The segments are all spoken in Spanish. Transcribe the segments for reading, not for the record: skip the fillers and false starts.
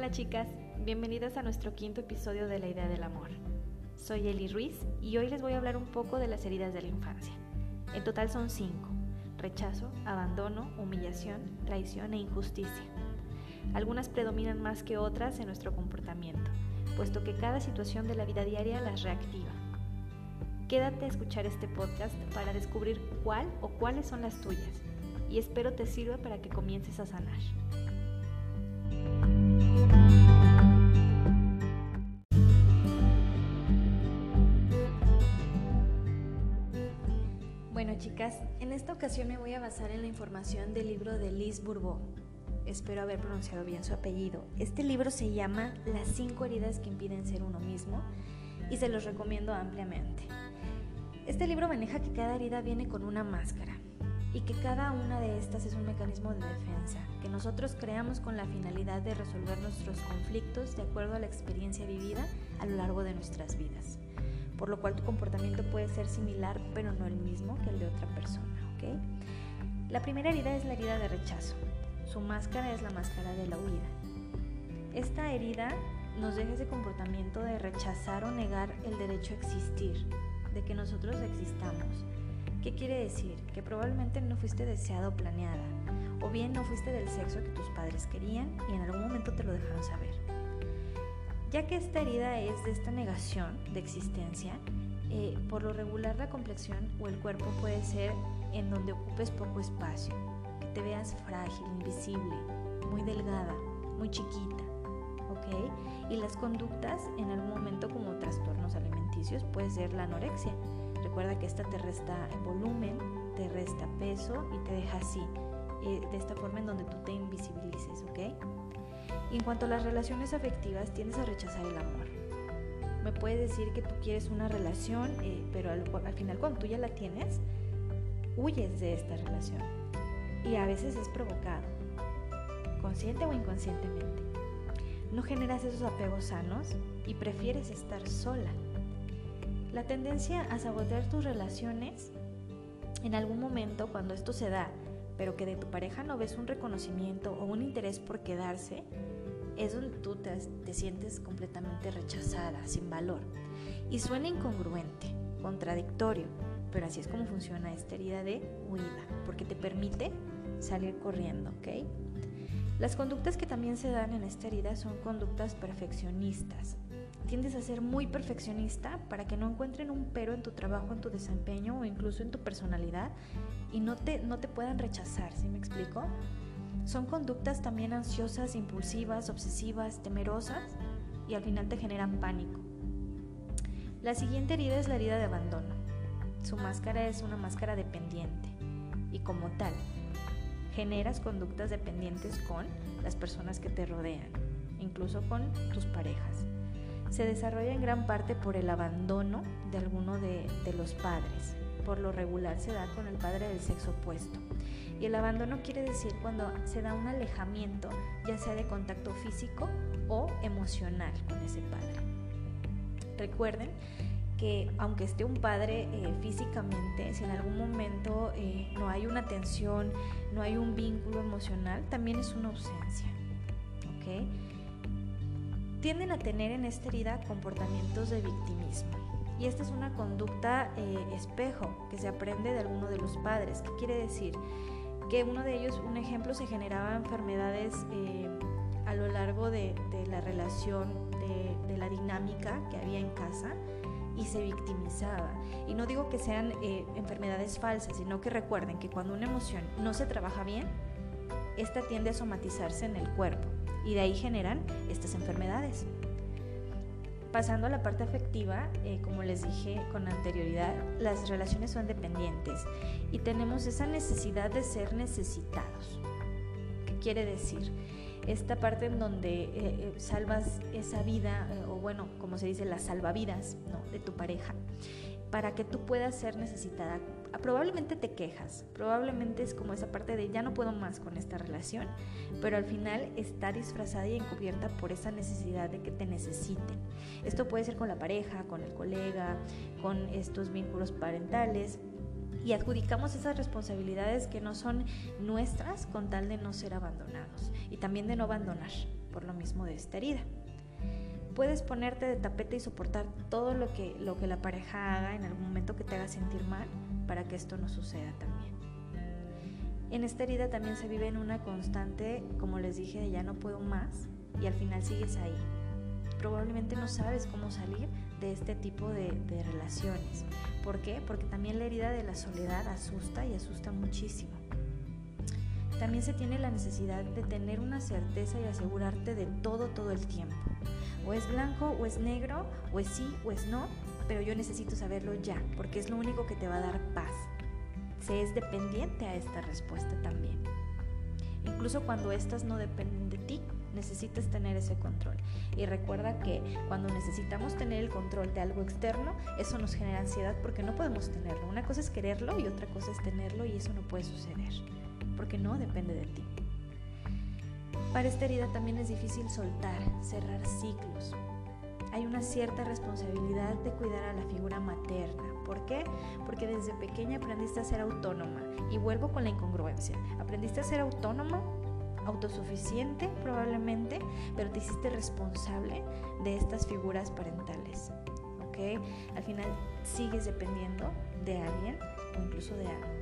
Hola chicas, bienvenidas a nuestro quinto episodio de La Idea del Amor. Soy Eli Ruiz y hoy les voy a hablar un poco de las heridas de la infancia. En total son 5: rechazo, abandono, humillación, traición e injusticia. Algunas predominan más que otras en nuestro comportamiento, puesto que cada situación de la vida diaria las reactiva. Quédate a escuchar este podcast para descubrir cuál o cuáles son las tuyas, y espero te sirva para que comiences a sanar. Bueno chicas, en esta ocasión me voy a basar en la información del libro de Lise Bourbeau. Espero haber pronunciado bien su apellido. Este libro se llama Las 5 heridas que impiden ser uno mismo y se los recomiendo ampliamente. Este libro maneja que cada herida viene con una máscara y que cada una de estas es un mecanismo de defensa que nosotros creamos con la finalidad de resolver nuestros conflictos de acuerdo a la experiencia vivida a lo largo de nuestras vidas, por lo cual tu comportamiento puede ser similar pero no el mismo que el de otra persona, ¿ok? La primera herida es la herida de rechazo. Su máscara es la máscara de la huida. Esta herida nos deja ese comportamiento de rechazar o negar el derecho a existir, de que nosotros existamos. ¿Qué quiere decir? Que probablemente no fuiste deseada o planeada, o bien no fuiste del sexo que tus padres querían y en algún momento te lo dejaron saber. Ya que esta herida es de esta negación de existencia, por lo regular la complexión o el cuerpo puede ser en donde ocupes poco espacio, que te veas frágil, invisible, muy delgada, muy chiquita, ¿ok? Y las conductas en algún momento como trastornos alimenticios puede ser la anorexia. Recuerda que esta te resta volumen, te resta peso y te deja así, de esta forma en donde tú te invisibilices, ¿ok? Y en cuanto a las relaciones afectivas, tiendes a rechazar el amor. Me puedes decir que tú quieres una relación, pero al final cuando tú ya la tienes, huyes de esta relación. Y a veces es provocado, consciente o inconscientemente. No generas esos apegos sanos y prefieres estar sola. La tendencia a sabotear tus relaciones en algún momento, cuando esto se da, pero que de tu pareja no ves un reconocimiento o un interés por quedarse, es donde tú te sientes completamente rechazada, sin valor. Y suena incongruente, contradictorio, pero así es como funciona esta herida de huida, porque te permite salir corriendo, ¿ok? Las conductas que también se dan en esta herida son conductas perfeccionistas. Tiendes a ser muy perfeccionista para que no encuentren un pero en tu trabajo, en tu desempeño o incluso en tu personalidad y no te puedan rechazar, ¿sí me explico? Son conductas también ansiosas, impulsivas, obsesivas, temerosas y al final te generan pánico. La siguiente herida es la herida de abandono. Su máscara es una máscara dependiente y como tal, generas conductas dependientes con las personas que te rodean, incluso con tus parejas. Se desarrolla en gran parte por el abandono de alguno de los padres. Por lo regular se da con el padre del sexo opuesto. Y el abandono quiere decir cuando se da un alejamiento, ya sea de contacto físico o emocional con ese padre. Recuerden que aunque esté un padre físicamente, si en algún momento no hay una atención, no hay un vínculo emocional, también es una ausencia, ¿ok? Tienden a tener en esta herida comportamientos de victimismo. Y esta es una conducta espejo que se aprende de alguno de los padres. ¿Qué quiere decir? Que uno de ellos, un ejemplo, se generaba enfermedades a lo largo de la relación, de la dinámica que había en casa y se victimizaba. Y no digo que sean enfermedades falsas, sino que recuerden que cuando una emoción no se trabaja bien, esta tiende a somatizarse en el cuerpo y de ahí generan estas enfermedades. Pasando a la parte afectiva, como les dije con anterioridad, las relaciones son dependientes y tenemos esa necesidad de ser necesitados. ¿Qué quiere decir? Esta parte en donde salvas esa vida, o bueno, como se dice, las salvavidas, ¿no?, de tu pareja, para que tú puedas ser necesitada. Probablemente te quejas, probablemente es como esa parte de ya no puedo más con esta relación, pero al final está disfrazada y encubierta por esa necesidad de que te necesiten. Esto puede ser con la pareja, con el colega, con estos vínculos parentales, y adjudicamos esas responsabilidades que no son nuestras con tal de no ser abandonados y también de no abandonar, por lo mismo de esta herida. Puedes ponerte de tapete y soportar todo lo que la pareja haga en algún momento que te haga sentir mal para que esto no suceda también. En esta herida también se vive en una constante, como les dije, de ya no puedo más, y al final sigues ahí. Probablemente no sabes cómo salir de este tipo de relaciones. ¿Por qué? Porque también la herida de la soledad asusta y asusta muchísimo. También se tiene la necesidad de tener una certeza y asegurarte de todo el tiempo. O es blanco, o es negro, o es sí, o es no, pero yo necesito saberlo ya, porque es lo único que te va a dar paz. Se es dependiente a esta respuesta también. Incluso cuando estas no dependen de ti, necesitas tener ese control. Y recuerda que cuando necesitamos tener el control de algo externo, eso nos genera ansiedad porque no podemos tenerlo. Una cosa es quererlo y otra cosa es tenerlo, y eso no puede suceder, porque no depende de ti. Para esta herida también es difícil soltar, cerrar ciclos. Hay una cierta responsabilidad de cuidar a la figura materna. ¿Por qué? Porque desde pequeña aprendiste a ser autónoma. Y vuelvo con la incongruencia. Aprendiste a ser autónoma, autosuficiente probablemente, pero te hiciste responsable de estas figuras parentales. ¿Ok? Al final sigues dependiendo de alguien o incluso de algo.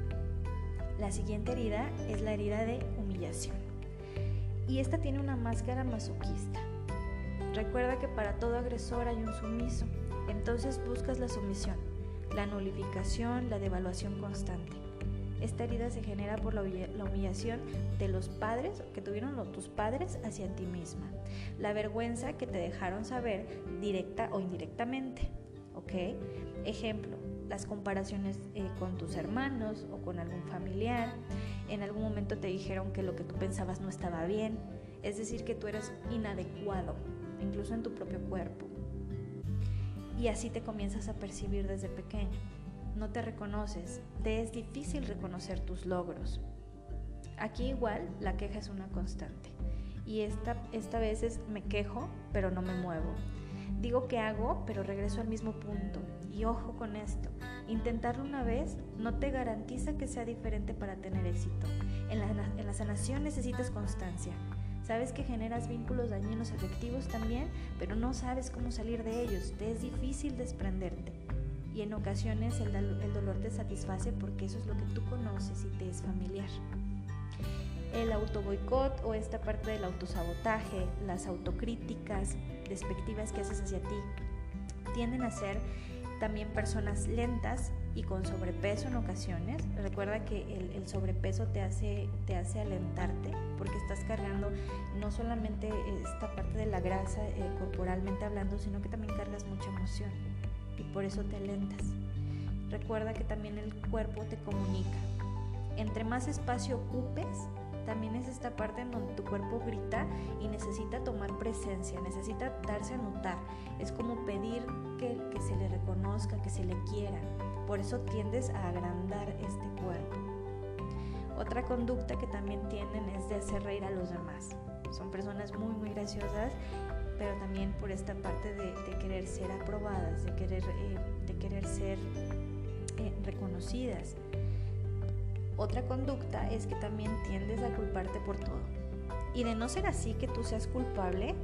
La siguiente herida es la herida de humillación. Y esta tiene una máscara masoquista. Recuerda que para todo agresor hay un sumiso, entonces buscas la sumisión, la nulificación, la devaluación constante. Esta herida se genera por la humillación de los padres que tuvieron tus padres hacia ti misma, la vergüenza que te dejaron saber directa o indirectamente, ¿ok? Ejemplo, las comparaciones con tus hermanos o con algún familiar. En algún momento te dijeron que lo que tú pensabas no estaba bien, es decir, que tú eres inadecuado, incluso en tu propio cuerpo. Y así te comienzas a percibir desde pequeño. No te reconoces, te es difícil reconocer tus logros. Aquí igual la queja es una constante. Y esta vez es me quejo, pero no me muevo. Digo que hago, pero regreso al mismo punto. Y ojo con esto, intentarlo una vez no te garantiza que sea diferente para tener éxito. En la sanación necesitas constancia. Sabes que generas vínculos dañinos afectivos también, pero no sabes cómo salir de ellos. Te es difícil desprenderte. Y en ocasiones el dolor te satisface porque eso es lo que tú conoces y te es familiar. El autoboicot o esta parte del autosabotaje, las autocríticas despectivas que haces hacia ti, tienden a ser también personas lentas y con sobrepeso en ocasiones. Recuerda que el sobrepeso te hace alentarte porque estás cargando no solamente esta parte de la grasa corporalmente hablando, sino que también cargas mucha emoción y por eso te alentas. Recuerda que también el cuerpo te comunica. Entre más espacio ocupes, también es esta parte en donde tu cuerpo grita y necesita tomar presencia, necesita darse a notar. Es como pedir que se le reconozca, que se le quiera. Por eso tiendes a agrandar este cuerpo. Otra conducta que también tienen es de hacer reír a los demás. Son personas muy graciosas, pero también por esta parte de querer ser aprobadas, de querer ser reconocidas. Otra conducta es que también tiendes a culparte por todo. Y de no ser así, que tú seas culpable,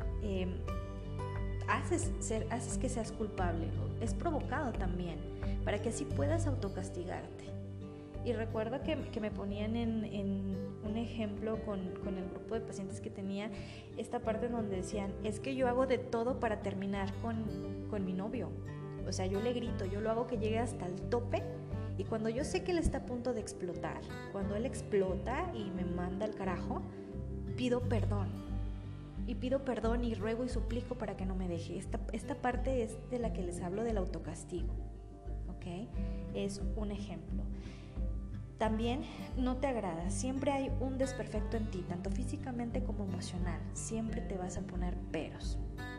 haces que seas culpable. Es provocado también, para que así puedas autocastigarte. Y recuerdo que me ponían en un ejemplo con el grupo de pacientes que tenía, esta parte donde decían, es que yo hago de todo para terminar con mi novio. O sea, yo le grito, yo lo hago que llegue hasta el tope. Y cuando yo sé que él está a punto de explotar, cuando él explota y me manda al carajo, pido perdón. Y pido perdón y ruego y suplico para que no me deje. Esta parte es de la que les hablo del autocastigo. ¿Ok? Es un ejemplo. También no te agrada. Siempre hay un desperfecto en ti, tanto físicamente como emocional. Siempre te vas a poner peros.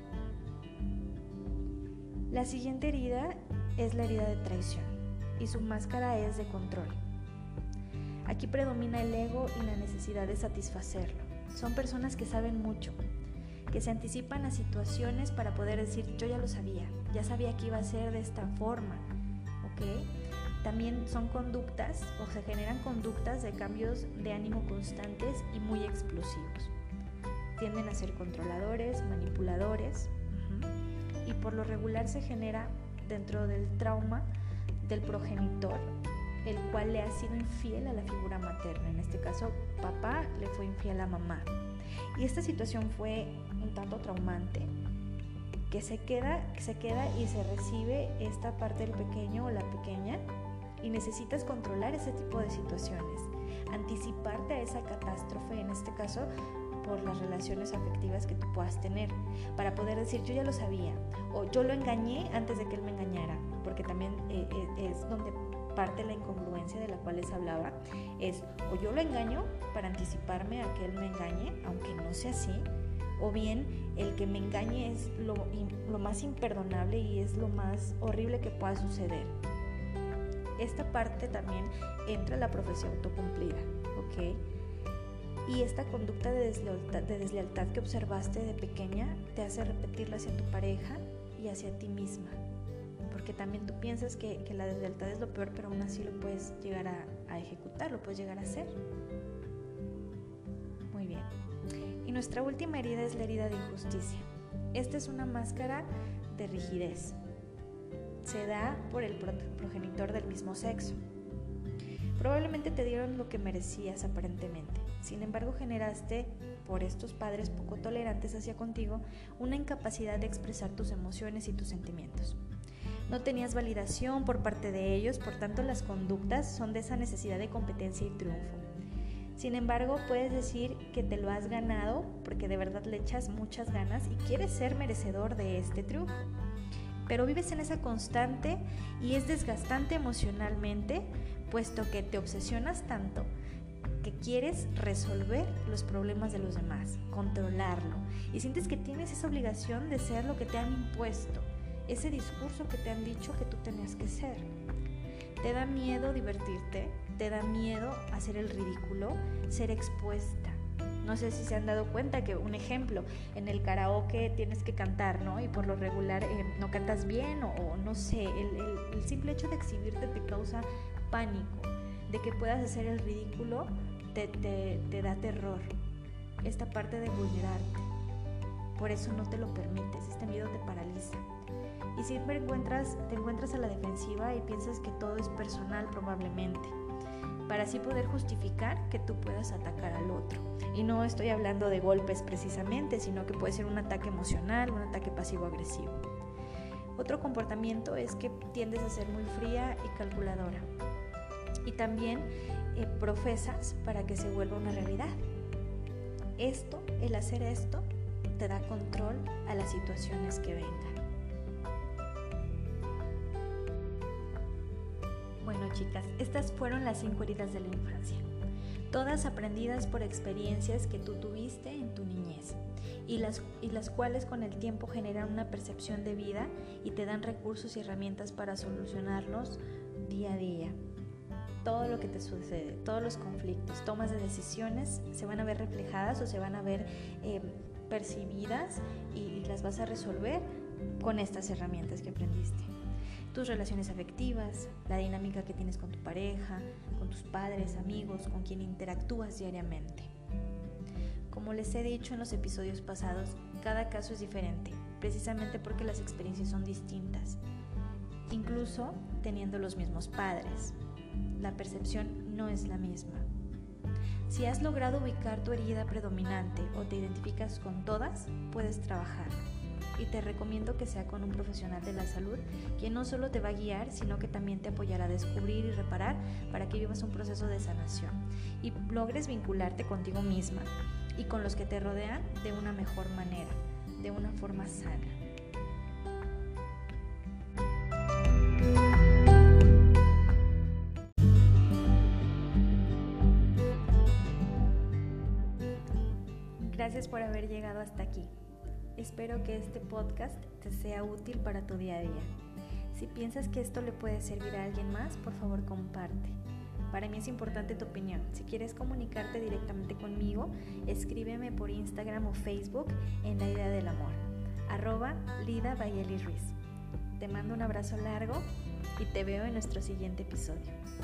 La siguiente herida es la herida de traición. Y su máscara es de control. Aquí predomina el ego y la necesidad de satisfacerlo. Son personas que saben mucho, que se anticipan a situaciones para poder decir, yo ya lo sabía, ya sabía que iba a ser de esta forma, ¿ok? También son conductas o se generan conductas de cambios de ánimo constantes y muy explosivos. tienden a ser controladores, manipuladores, y por lo regular se genera dentro del trauma del progenitor, el cual le ha sido infiel a la figura materna. En este caso, papá le fue infiel a mamá. Y esta situación fue un tanto traumante, que se queda y se recibe esta parte del pequeño o la pequeña, y necesitas controlar ese tipo de situaciones, anticiparte a esa catástrofe, en este caso por las relaciones afectivas que tú puedas tener, para poder decir yo ya lo sabía, o yo lo engañé antes de que él me engañara, porque también es donde parte la incongruencia de la cual les hablaba, es o yo lo engaño para anticiparme a que él me engañe, aunque no sea así, o bien el que me engañe es lo más imperdonable y es lo más horrible que pueda suceder. Esta parte también entra la profecía autocumplida, ¿ok? Y esta conducta de deslealtad que observaste de pequeña te hace repetirla hacia tu pareja y hacia ti misma, porque también tú piensas que la deslealtad es lo peor, pero aún así lo puedes llegar a ejecutar, lo puedes llegar a hacer. Muy bien. Y nuestra última herida es la herida de injusticia. Esta es una máscara de rigidez. Se da por el progenitor del mismo sexo. Probablemente te dieron lo que merecías aparentemente. Sin embargo, generaste, por estos padres poco tolerantes hacia contigo, una incapacidad de expresar tus emociones y tus sentimientos. No tenías validación por parte de ellos, por tanto las conductas son de esa necesidad de competencia y triunfo. Sin embargo, puedes decir que te lo has ganado porque de verdad le echas muchas ganas y quieres ser merecedor de este triunfo. Pero vives en esa constante y es desgastante emocionalmente, puesto que te obsesionas tanto que quieres resolver los problemas de los demás, controlarlo, y sientes que tienes esa obligación de ser lo que te han impuesto, ese discurso que te han dicho que tú tenías que ser. Te da miedo divertirte, te da miedo hacer el ridículo, ser expuesta. No sé si se han dado cuenta que, un ejemplo, en el karaoke tienes que cantar, ¿no? Y por lo regular no cantas bien o no sé, el simple hecho de exhibirte te causa pánico, de que puedas hacer el ridículo te da terror, esta parte de vulnerarte. Por eso no te lo permites, este miedo te paraliza. Y siempre te encuentras a la defensiva y piensas que todo es personal probablemente, para así poder justificar que tú puedas atacar al otro. Y no estoy hablando de golpes precisamente, sino que puede ser un ataque emocional, un ataque pasivo-agresivo. Otro comportamiento es que tiendes a ser muy fría y calculadora. Y también profesas para que se vuelva una realidad. El hacer esto, te da control a las situaciones que vengan. Bueno, chicas, estas fueron las 5 heridas de la infancia, todas aprendidas por experiencias que tú tuviste en tu niñez y las cuales con el tiempo generan una percepción de vida y te dan recursos y herramientas para solucionarlos día a día. Todo lo que te sucede, todos los conflictos, tomas de decisiones se van a ver reflejadas o se van a ver percibidas y las vas a resolver con estas herramientas que aprendiste. Tus relaciones afectivas, la dinámica que tienes con tu pareja, con tus padres, amigos, con quien interactúas diariamente. Como les he dicho en los episodios pasados, cada caso es diferente, precisamente porque las experiencias son distintas, incluso teniendo los mismos padres. La percepción no es la misma. Si has logrado ubicar tu herida predominante o te identificas con todas, puedes trabajarla. Y te recomiendo que sea con un profesional de la salud, quien no solo te va a guiar, sino que también te apoyará a descubrir y reparar para que vivas un proceso de sanación y logres vincularte contigo misma y con los que te rodean de una mejor manera, de una forma sana. Gracias por haber llegado hasta aquí. Espero que este podcast te sea útil para tu día a día. Si piensas que esto le puede servir a alguien más, por favor comparte. Para mí es importante tu opinión. Si quieres comunicarte directamente conmigo, escríbeme por Instagram o Facebook en La Idea del Amor, @LidaBayeli Ruiz. Te mando un abrazo largo y te veo en nuestro siguiente episodio.